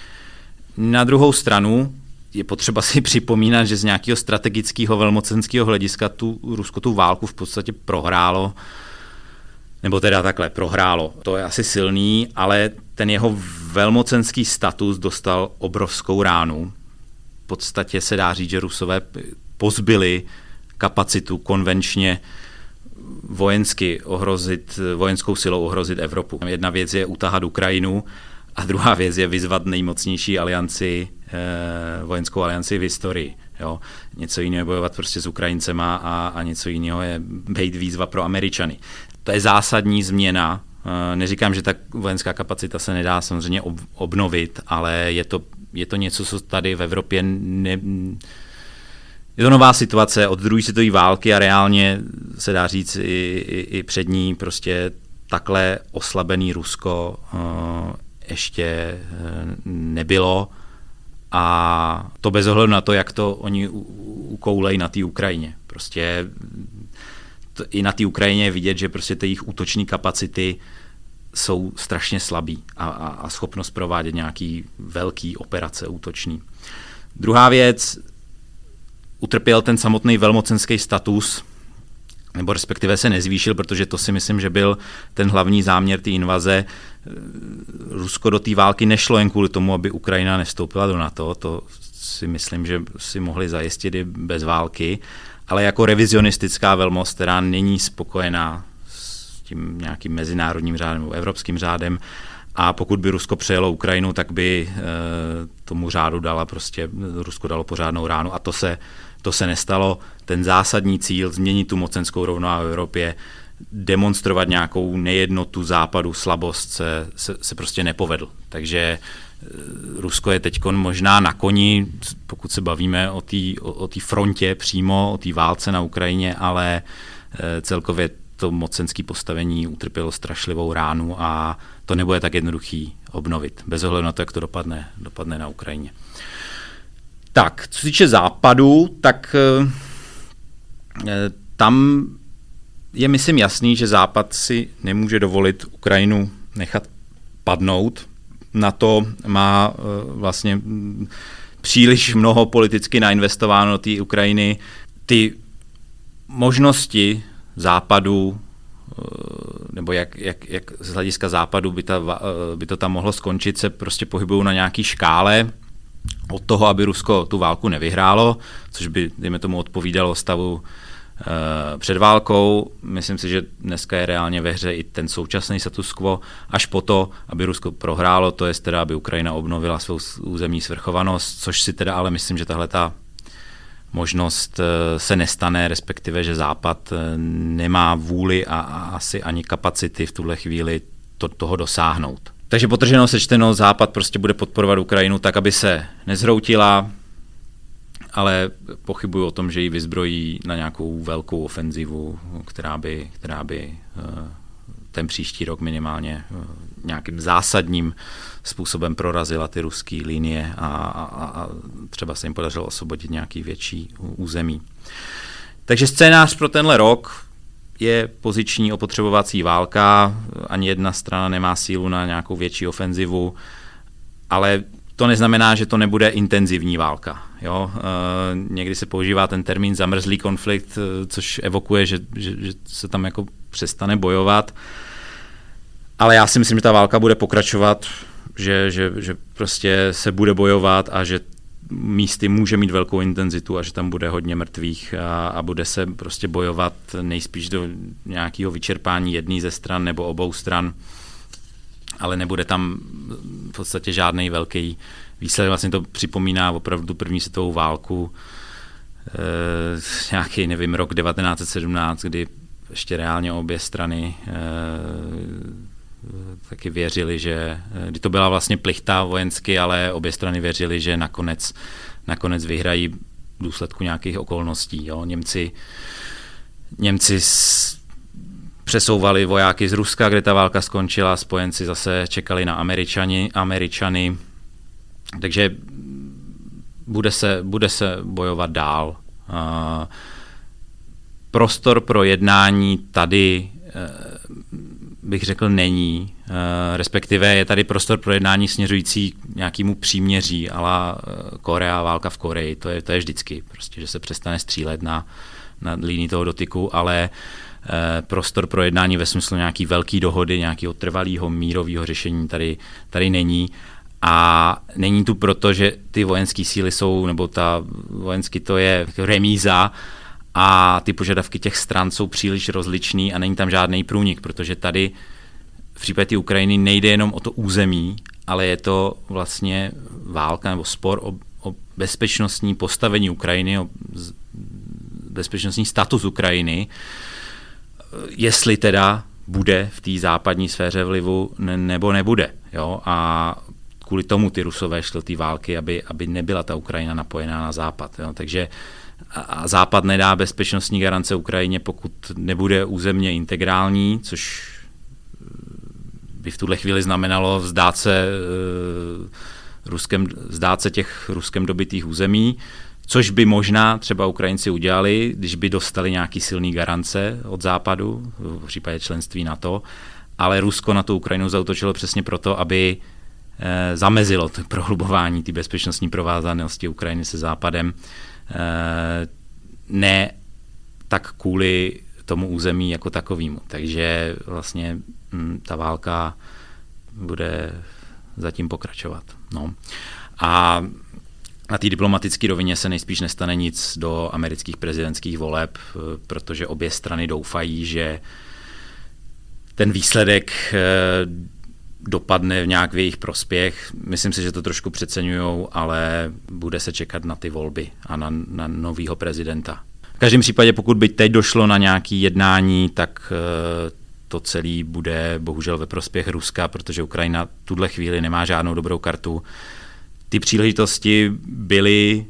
Na druhou stranu je potřeba si připomínat, že z nějakého strategického velmocenského hlediska tu Rusko tu válku v podstatě prohrálo, nebo teda takhle prohrálo. To je asi silný, ale ten jeho velmocenský status dostal obrovskou ránu. V podstatě se dá říct, že Rusové pozbyli kapacitu konvenčně vojensky ohrozit, vojenskou silou ohrozit Evropu. Jedna věc je utahat Ukrajinu a druhá věc je vyzvat nejmocnější alianci, eh, vojenskou alianci v historii. Jo. Něco jiného je bojovat prostě s Ukrajincema a, a něco jiného je být výzva pro Američany. To je zásadní změna. Eh, neříkám, že ta vojenská kapacita se nedá samozřejmě ob, obnovit, ale je to, je to něco, co tady v Evropě ne... Je to nová situace od druhé světové války a reálně se dá říct i, i, i před ní prostě takhle oslabený Rusko uh, ještě nebylo a to bez ohledu na to, jak to oni ukoulej na té Ukrajině. Prostě to, i na té Ukrajině je vidět, že prostě ty jejich útoční kapacity jsou strašně slabý a, a, a schopnost provádět nějaký velký operace útoční. Druhá věc, utrpěl ten samotný velmocenský status, nebo respektive se nezvýšil, protože to si myslím, že byl ten hlavní záměr té invaze. Rusko do té války nešlo jen kvůli tomu, aby Ukrajina nevstoupila do NATO, to si myslím, že si mohli zajistit i bez války, ale jako revizionistická velmoc, která není spokojená s tím nějakým mezinárodním řádem nebo evropským řádem, a pokud by Rusko přejelo Ukrajinu, tak by e, tomu řádu dala prostě, Rusko dalo pořádnou ránu a to se, to se nestalo. Ten zásadní cíl změnit tu mocenskou rovnováhu v Evropě, demonstrovat nějakou nejednotu západu, slabost se, se, se prostě nepovedl. Takže e, Rusko je teď možná na koni, pokud se bavíme o té o, o té frontě přímo, o té válce na Ukrajině, ale e, celkově to mocenské postavení utrpělo strašlivou ránu a to nebude tak jednoduchý obnovit, bez ohledu na to, jak to dopadne, dopadne na Ukrajině. Tak, co se týče západu, tak e, tam je, myslím, jasný, že západ si nemůže dovolit Ukrajinu nechat padnout. Na to má e, vlastně příliš mnoho politicky nainvestováno do té Ukrajiny. Ty možnosti západu, nebo jak, jak, jak z hlediska západu by, ta, by to tam mohlo skončit, se prostě pohybují na nějaký škále od toho, aby Rusko tu válku nevyhrálo, což by, dejme tomu, odpovídalo stavu e, před válkou. Myslím si, že dneska je reálně ve hře i ten současný status quo, až po to, aby Rusko prohrálo, to je teda, aby Ukrajina obnovila svou územní svrchovanost, což si teda ale myslím, že tahle ta možnost se nestane, respektive, že Západ nemá vůli a, a asi ani kapacity v tuhle chvíli to, toho dosáhnout. Takže potrženo sečteno, Západ prostě bude podporovat Ukrajinu tak, aby se nezhroutila, ale pochybuju o tom, že ji vyzbrojí na nějakou velkou ofenzivu, která by, která by ten příští rok minimálně nějakým zásadním způsobem prorazila ty ruské linie a, a, a třeba se jim podařilo osvobodit nějaký větší území. Takže scénář pro tenhle rok je poziční opotřebovací válka, ani jedna strana nemá sílu na nějakou větší ofenzivu, ale to neznamená, že to nebude intenzivní válka. Jo? E, někdy se používá ten termín zamrzlý konflikt, což evokuje, že, že, že se tam jako přestane bojovat. Ale já si myslím, že ta válka bude pokračovat, že, že, že prostě se bude bojovat a že místy může mít velkou intenzitu a že tam bude hodně mrtvých a, a bude se prostě bojovat nejspíš do nějakého vyčerpání jedné ze stran nebo obou stran, ale nebude tam v podstatě žádný velký výsledek. Vlastně to připomíná opravdu první světovou válku, e, nějaký, nevím, rok devatenáct set sedmnáct, kdy ještě reálně obě strany e, taky věřili, že, kdy to byla vlastně plichta vojensky, ale obě strany věřili, že nakonec, nakonec vyhrají v důsledku nějakých okolností. Jo. Němci, Němci s, přesouvali vojáky z Ruska, kde ta válka skončila, spojenci zase čekali na Američani, Američany, takže bude se, bude se bojovat dál. Prostor pro jednání tady bych řekl není, respektive je tady prostor pro jednání směřující k nějakému příměří, ala Korea, válka v Koreji, to je, to je vždycky, prostě, že se přestane střílet na, na línii toho dotyku, ale prostor pro jednání ve smyslu nějaký velký dohody, nějakého trvalého mírového řešení tady, tady není. A není tu proto, že ty vojenské síly jsou, nebo ta vojensky to je remíza a ty požadavky těch stran jsou příliš rozličný a není tam žádný průnik, protože tady v případě té Ukrajiny nejde jenom o to území, ale je to vlastně válka nebo spor o, o bezpečnostní postavení Ukrajiny, o bezpečnostní status Ukrajiny, jestli teda bude v té západní sféře vlivu nebo nebude. Jo? A kvůli tomu ty Rusové šli té války, aby, aby nebyla ta Ukrajina napojená na západ. Jo? Takže a západ nedá bezpečnostní garance Ukrajině, pokud nebude územně integrální, což by v tuhle chvíli znamenalo vzdát se, ruskem, vzdát se těch Ruskem dobytých území, což by možná třeba Ukrajinci udělali, když by dostali nějaký silný garance od západu, v případě členství NATO, ale Rusko na tu Ukrajinu zaútočilo přesně proto, aby eh, zamezilo to prohlubování té bezpečnostní provázanosti Ukrajiny se západem, eh, ne tak kvůli tomu území jako takovému. Takže vlastně hm, ta válka bude zatím pokračovat. No. A na té diplomatické rovině se nejspíš nestane nic do amerických prezidentských voleb, protože obě strany doufají, že ten výsledek dopadne nějak v jejich prospěch. Myslím si, že to trošku přeceňujou, ale bude se čekat na ty volby a na, na novýho prezidenta. V každém případě, pokud by teď došlo na nějaké jednání, tak to celé bude bohužel ve prospěch Ruska, protože Ukrajina v tuhle chvíli nemá žádnou dobrou kartu. Ty příležitosti byly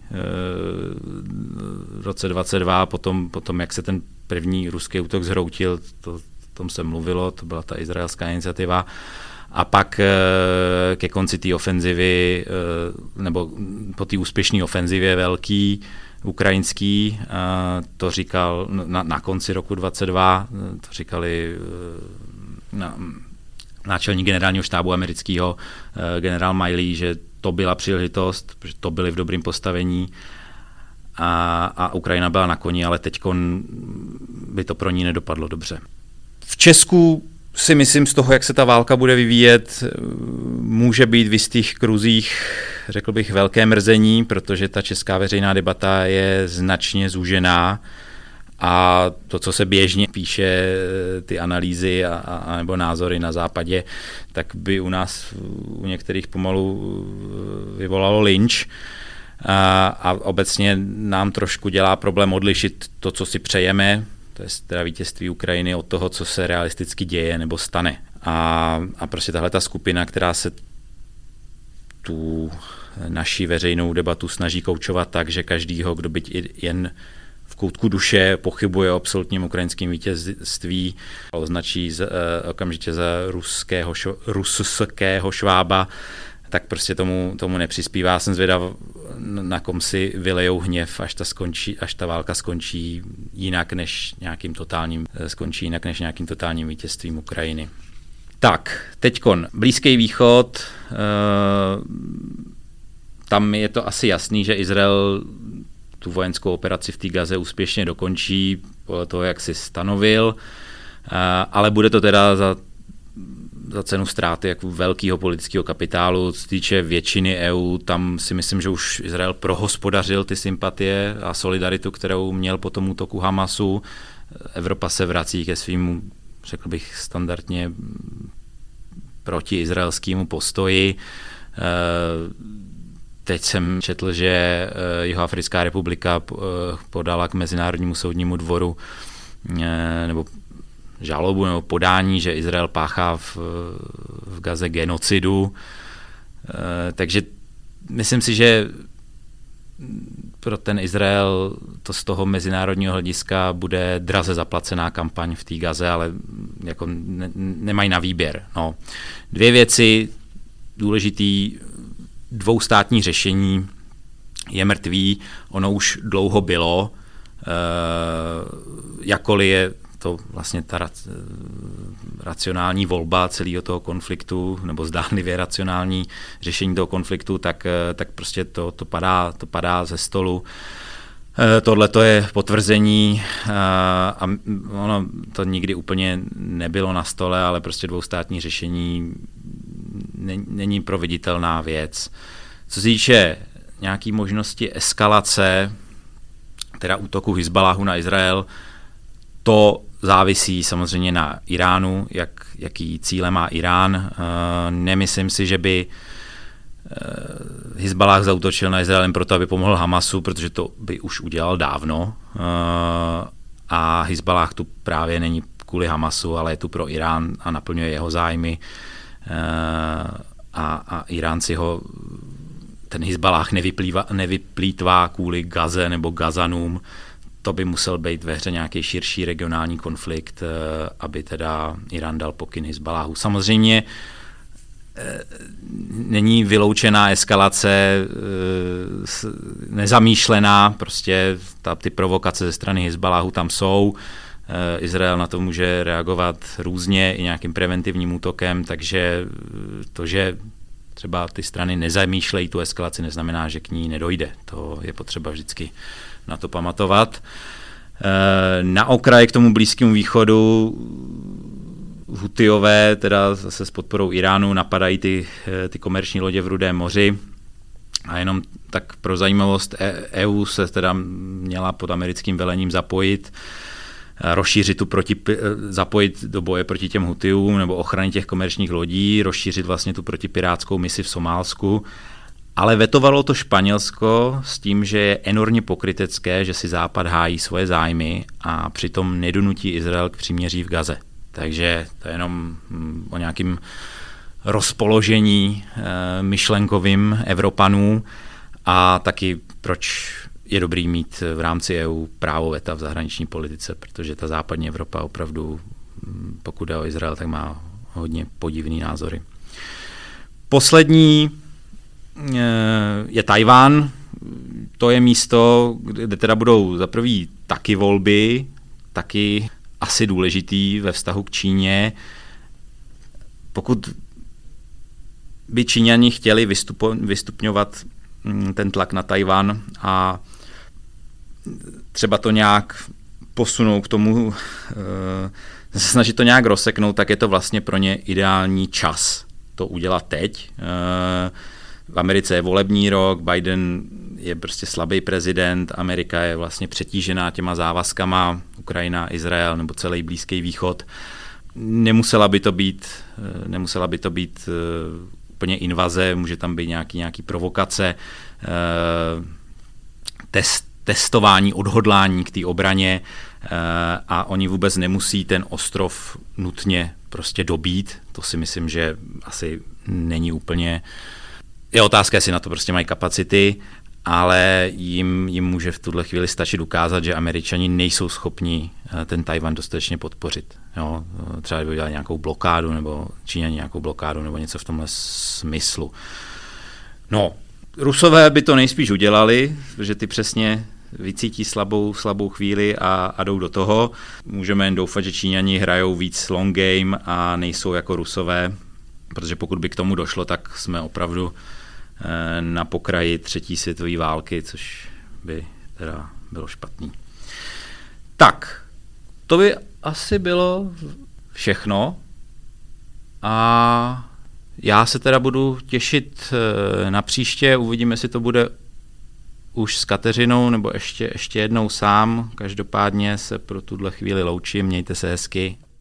v roce dvacet dva, potom, potom jak se ten první ruský útok zhroutil, to, o tom se mluvilo, to byla ta izraelská iniciativa. A pak ke konci té ofenzivy, nebo po té úspěšné ofenzivě velký, ukrajinský, to říkal na, na konci roku dvacet dva, to říkali na, náčelník generálního štábu amerického, generál Milley, že to byla příležitost, protože to byli v dobrém postavení a, a Ukrajina byla na koni, ale teď by to pro ní nedopadlo dobře. V Česku si myslím z toho, jak se ta válka bude vyvíjet, může být v jistých kruzích, řekl bych, velké mrzení, protože ta česká veřejná debata je značně zúžená a to, co se běžně píše, ty analýzy a, a nebo názory na západě, tak by u nás u některých pomalu vyvolalo lynč. A, a obecně nám trošku dělá problém odlišit to, co si přejeme, to je teda vítězství Ukrajiny, od toho, co se realisticky děje nebo stane. A, a prostě tahle ta skupina, která se tu naši veřejnou debatu snaží koučovat tak, že každýho, kdo byť jen v koutku duše pochybuje o absolutním ukrajinském vítězství, označí z, uh, okamžitě za ruského, šo, ruského švába, tak prostě tomu, tomu nepřispívá. Jsem zvědav, na kom si vylejou hněv, až ta, skončí, až ta válka skončí jinak než nějakým totálním, skončí jinak než nějakým totálním vítězstvím Ukrajiny. Tak, teďkon Blízký východ, uh, tam je to asi jasný, že Izrael tu vojenskou operaci v té Gaze úspěšně dokončí podle toho, jak si stanovil, ale bude to teda za, za cenu ztráty jako velkého politického kapitálu. Co se týče většiny E U, tam si myslím, že už Izrael prohospodařil ty sympatie a solidaritu, kterou měl po tom útoku Hamasu. Evropa se vrací ke svým, řekl bych, standardně protiizraelskému postoji. Teď jsem četl, že Jihoafrická republika podala k Mezinárodnímu soudnímu dvoru nebo žalobu nebo podání, že Izrael páchá v, v Gaze genocidu. Takže myslím si, že pro ten Izrael to z toho mezinárodního hlediska bude draze zaplacená kampaň v té Gaze, ale jako ne, nemají na výběr. No. Dvě věci, důležitý dvoustátní řešení je mrtvý, ono už dlouho bylo, e, jakkoliv je to vlastně ta rac, racionální volba celého toho konfliktu, nebo zdánlivě racionální řešení toho konfliktu, tak, tak prostě to, to, padá, to padá ze stolu. Tohle to je potvrzení a ono to nikdy úplně nebylo na stole, ale prostě dvoustátní řešení není proveditelná věc. Co se týče nějaké možnosti eskalace, teda útoku Hizbaláhu na Izrael, to závisí samozřejmě na Iránu, jak, jaký cíle má Irán. Nemyslím si, že by Hizballáh zaútočil na Izrael proto, aby pomohl Hamasu, protože to by už udělal dávno. A Hizballáh tu právě není kvůli Hamasu, ale je tu pro Irán a naplňuje jeho zájmy. A, a Iránci ho, ten Hizballáh nevyplýtvá kvůli Gaze nebo Gazanům. To by musel být ve hře nějaký širší regionální konflikt, aby teda Irán dal pokyn Hizballáhu. Samozřejmě není vyloučená eskalace, nezamýšlená, prostě ta, ty provokace ze strany Hizballáhu tam jsou. Izrael na to může reagovat různě i nějakým preventivním útokem, takže to, že třeba ty strany nezamýšlejí tu eskalaci, neznamená, že k ní nedojde. To je potřeba vždycky na to pamatovat. Na okraji k tomu Blízkému východu Hutijové, teda zase s podporou Iránu, napadají ty, ty komerční lodě v Rudém moři. A jenom tak pro zajímavost, E U se teda měla pod americkým velením zapojit, rozšířit tu proti, zapojit do boje proti těm Hutijům nebo ochrany těch komerčních lodí, rozšířit vlastně tu protipirátskou misi v Somálsku. Ale vetovalo to Španělsko s tím, že je enormně pokrytecké, že si Západ hájí svoje zájmy a přitom nedonutí Izrael k příměří v Gaze. Takže to je jenom o nějakým rozpoložení e, myšlenkovým Evropanů a taky proč je dobrý mít v rámci E U právo veta v zahraniční politice, protože ta západní Evropa opravdu, pokud jde o Izrael, tak má hodně podivný názory. Poslední je Tajván. To je místo, kde teda budou za prvý taky volby, taky asi důležitý ve vztahu k Číně. Pokud by Číňani chtěli vystupo, vystupňovat ten tlak na Tajvan a třeba to nějak posunou k tomu, e, snažit to nějak rozseknout, tak je to vlastně pro ně ideální čas to udělat teď. E, v Americe je volební rok, Biden je prostě slabý prezident, Amerika je vlastně přetížená těma závazkama, Ukrajina, Izrael nebo celý Blízký východ. Nemusela by to být, nemusela by to být úplně invaze, může tam být nějaký, nějaký provokace, test, testování, odhodlání k té obraně a oni vůbec nemusí ten ostrov nutně prostě dobít. To si myslím, že asi není úplně... Je otázka, jestli na to prostě mají kapacity, ale jim, jim může v tuhle chvíli stačit ukázat, že Američani nejsou schopni ten Tajvan dostatečně podpořit. Jo, třeba by udělali nějakou blokádu, nebo Číňani nějakou blokádu, nebo něco v tomhle smyslu. No, Rusové by to nejspíš udělali, protože ty přesně vycítí slabou, slabou chvíli a, a jdou do toho. Můžeme jen doufat, že Číňani hrajou víc long game a nejsou jako Rusové, protože pokud by k tomu došlo, tak jsme opravdu na pokraji třetí světové války, což by teda bylo špatný. Tak, to by asi bylo všechno a já se teda budu těšit na příště, uvidíme, jestli to bude už s Kateřinou nebo ještě, ještě jednou sám. Každopádně se pro tuhle chvíli loučím, mějte se hezky.